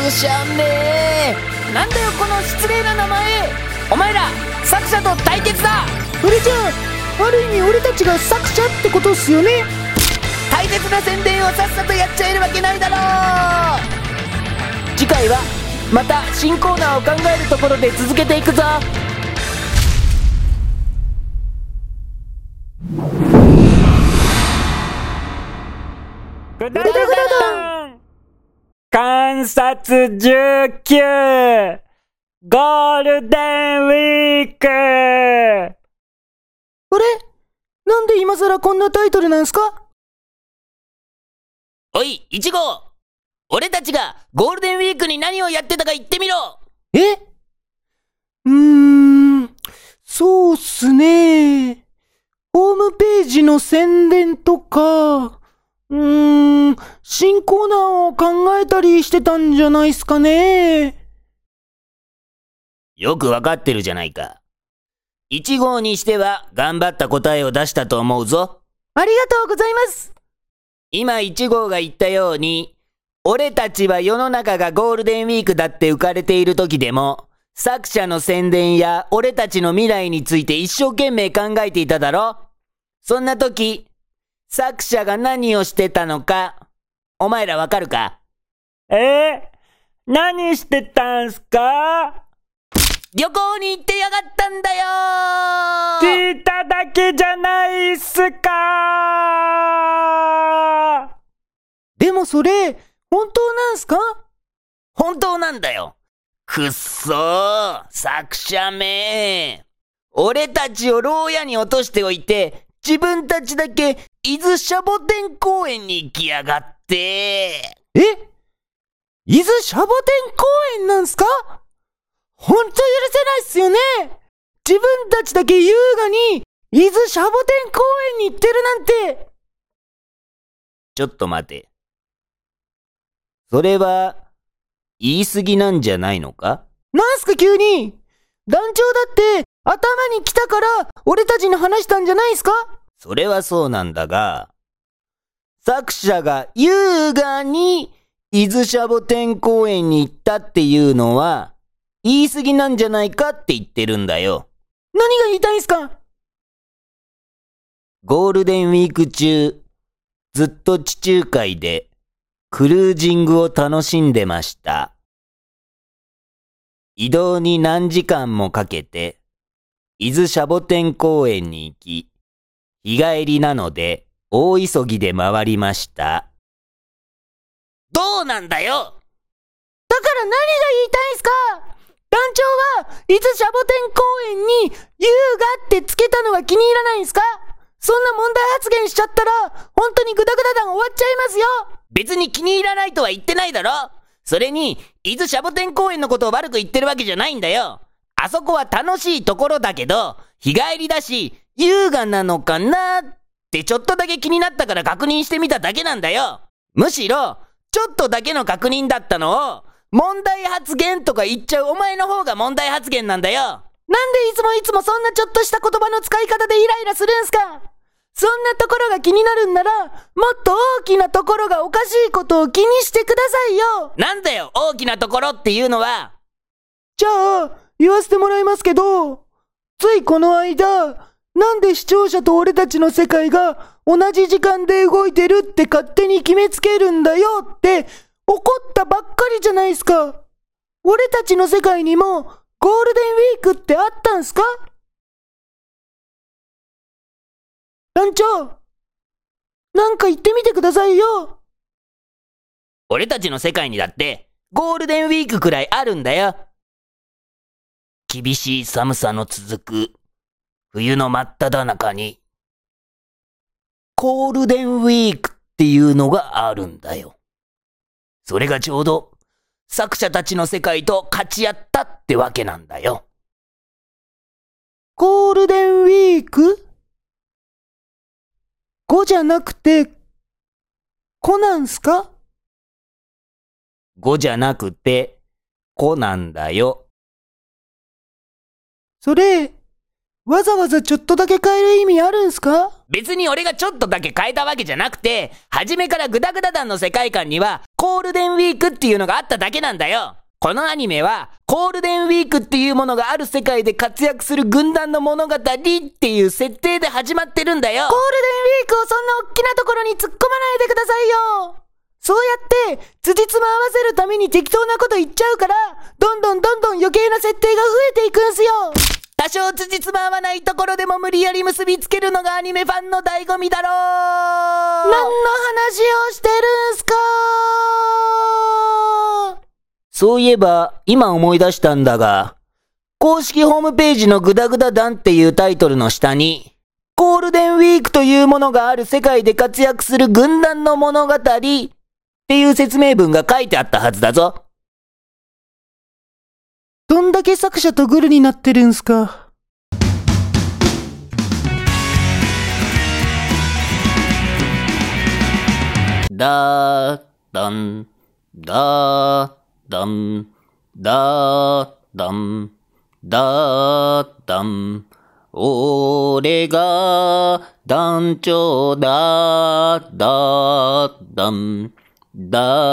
しゃねえ。なんだよこの失礼な名前。お前ら作者と対決だ。 それじゃあある意味俺たちが作者ってことっすよね。 大切な宣伝をさっさとやっちゃえるわけないだろう。次回はまた新コーナーを考えるところで続けていくぞ。 グダグダドン観察19ゴールデンウィーク。 あれ、なんで今更こんなタイトルなんすか？ おい1号、俺たちがゴールデンウィークに何をやってたか言ってみろ。 そうっすね。ホームページの宣伝とか、新コーナーを考えたりしてたんじゃないっすかね。 よくわかってるじゃないか。1号にしては頑張った答えを出したと思うぞ。 ありがとうございます。 今1号が言ったように、俺たちは世の中がゴールデンウィークだって浮かれている時でも、作者の宣伝や俺たちの未来について一生懸命考えていただろ。そんな時、作者が何をしてたのか、お前らわかるか？ 何してたんすか？ 旅行に行ってやがったんだよー。 聞いただけじゃないっすか？ でもそれ、本当なんすか？ 本当なんだよ。くっそー、作者めー。俺たちを牢屋に落としておいて、自分たちだけ伊豆シャボテン公園に行きやがって。 伊豆シャボテン公園なんすか？ほんと許せないっすよね。自分たちだけ優雅に伊豆シャボテン公園に行ってるなんて。 ちょっと待て。それは言い過ぎなんじゃないのか？ なんすか急に。団長だって頭に来たから俺たちに話したんじゃないんすか？ それはそうなんだが、作者が優雅に伊豆シャボテン公園に行ったっていうのは言い過ぎなんじゃないかって言ってるんだよ。 何が言いたいんすか？ ゴールデンウィーク中、ずっと地中海でクルージングを楽しんでました。移動に何時間もかけて伊豆シャボテン公園に行き、日帰りなので大急ぎで回りました。どうなんだよ。 だから何が言いたいんすか？団長は伊豆シャボテン公園に優雅ってつけたのが気に入らないんすか？そんな問題発言しちゃったら本当にグダグダ団終わっちゃいますよ。 別に気に入らないとは言ってないだろ。それに伊豆シャボテン公園のことを悪く言ってるわけじゃないんだよ。あそこは楽しいところだけど日帰りだし優雅なのかなってちょっとだけ気になったから確認してみただけなんだよ。むしろちょっとだけの確認だったのを問題発言とか言っちゃうお前の方が問題発言なんだよ。 なんでいつもそんなちょっとした言葉の使い方でイライラするんすか？そんなところが気になるんなら、もっと大きなところがおかしいことを気にしてくださいよ。 なんだよ大きなところっていうのは。 じゃあ言わせてもらいますけど、ついこの間、なんで視聴者と俺たちの世界が同じ時間で動いてるって勝手に決めつけるんだよって怒ったばっかりじゃないすか。俺たちの世界にもゴールデンウィークってあったんすか？団長、なんか言ってみてくださいよ。 俺たちの世界にだってゴールデンウィークくらいあるんだよ。厳しい寒さの続く冬の真っ只中にゴールデンウィークっていうのがあるんだよ。それがちょうど作者たちの世界と勝ち合ったってわけなんだよ。 ゴールデンウィーク？5じゃなくて5なんすか ？5じゃなくて5なんだよ。 それわざわざちょっとだけ変える意味あるんすか？ 別に俺がちょっとだけ変えたわけじゃなくて、初めからグダグダ団の世界観にはゴールデンウィークっていうのがあっただけなんだよ。このアニメは、ゴールデンウィークっていうものがある世界で活躍する軍団の物語っていう設定で始まってるんだよ。 ゴールデンウィークをそんな大きなところに突っ込まないでくださいよ。そうやって、辻褄合わせるために適当なこと言っちゃうから、どんどん余計な設定が増えていくんすよ。 多少辻褄合わないところでも無理やり結びつけるのがアニメファンの醍醐味だろう。 何の話をしてるんすか？ そういえば、今思い出したんだが、公式ホームページのグダグダ団っていうタイトルの下に、ゴールデンウィークというものがある世界で活躍する軍団の物語っていう説明文が書いてあったはずだぞ。 どんだけ作者とグルになってるんすか。 だーだん、だーだん、だーだん、だーだん。俺が団長だーだーだん、だー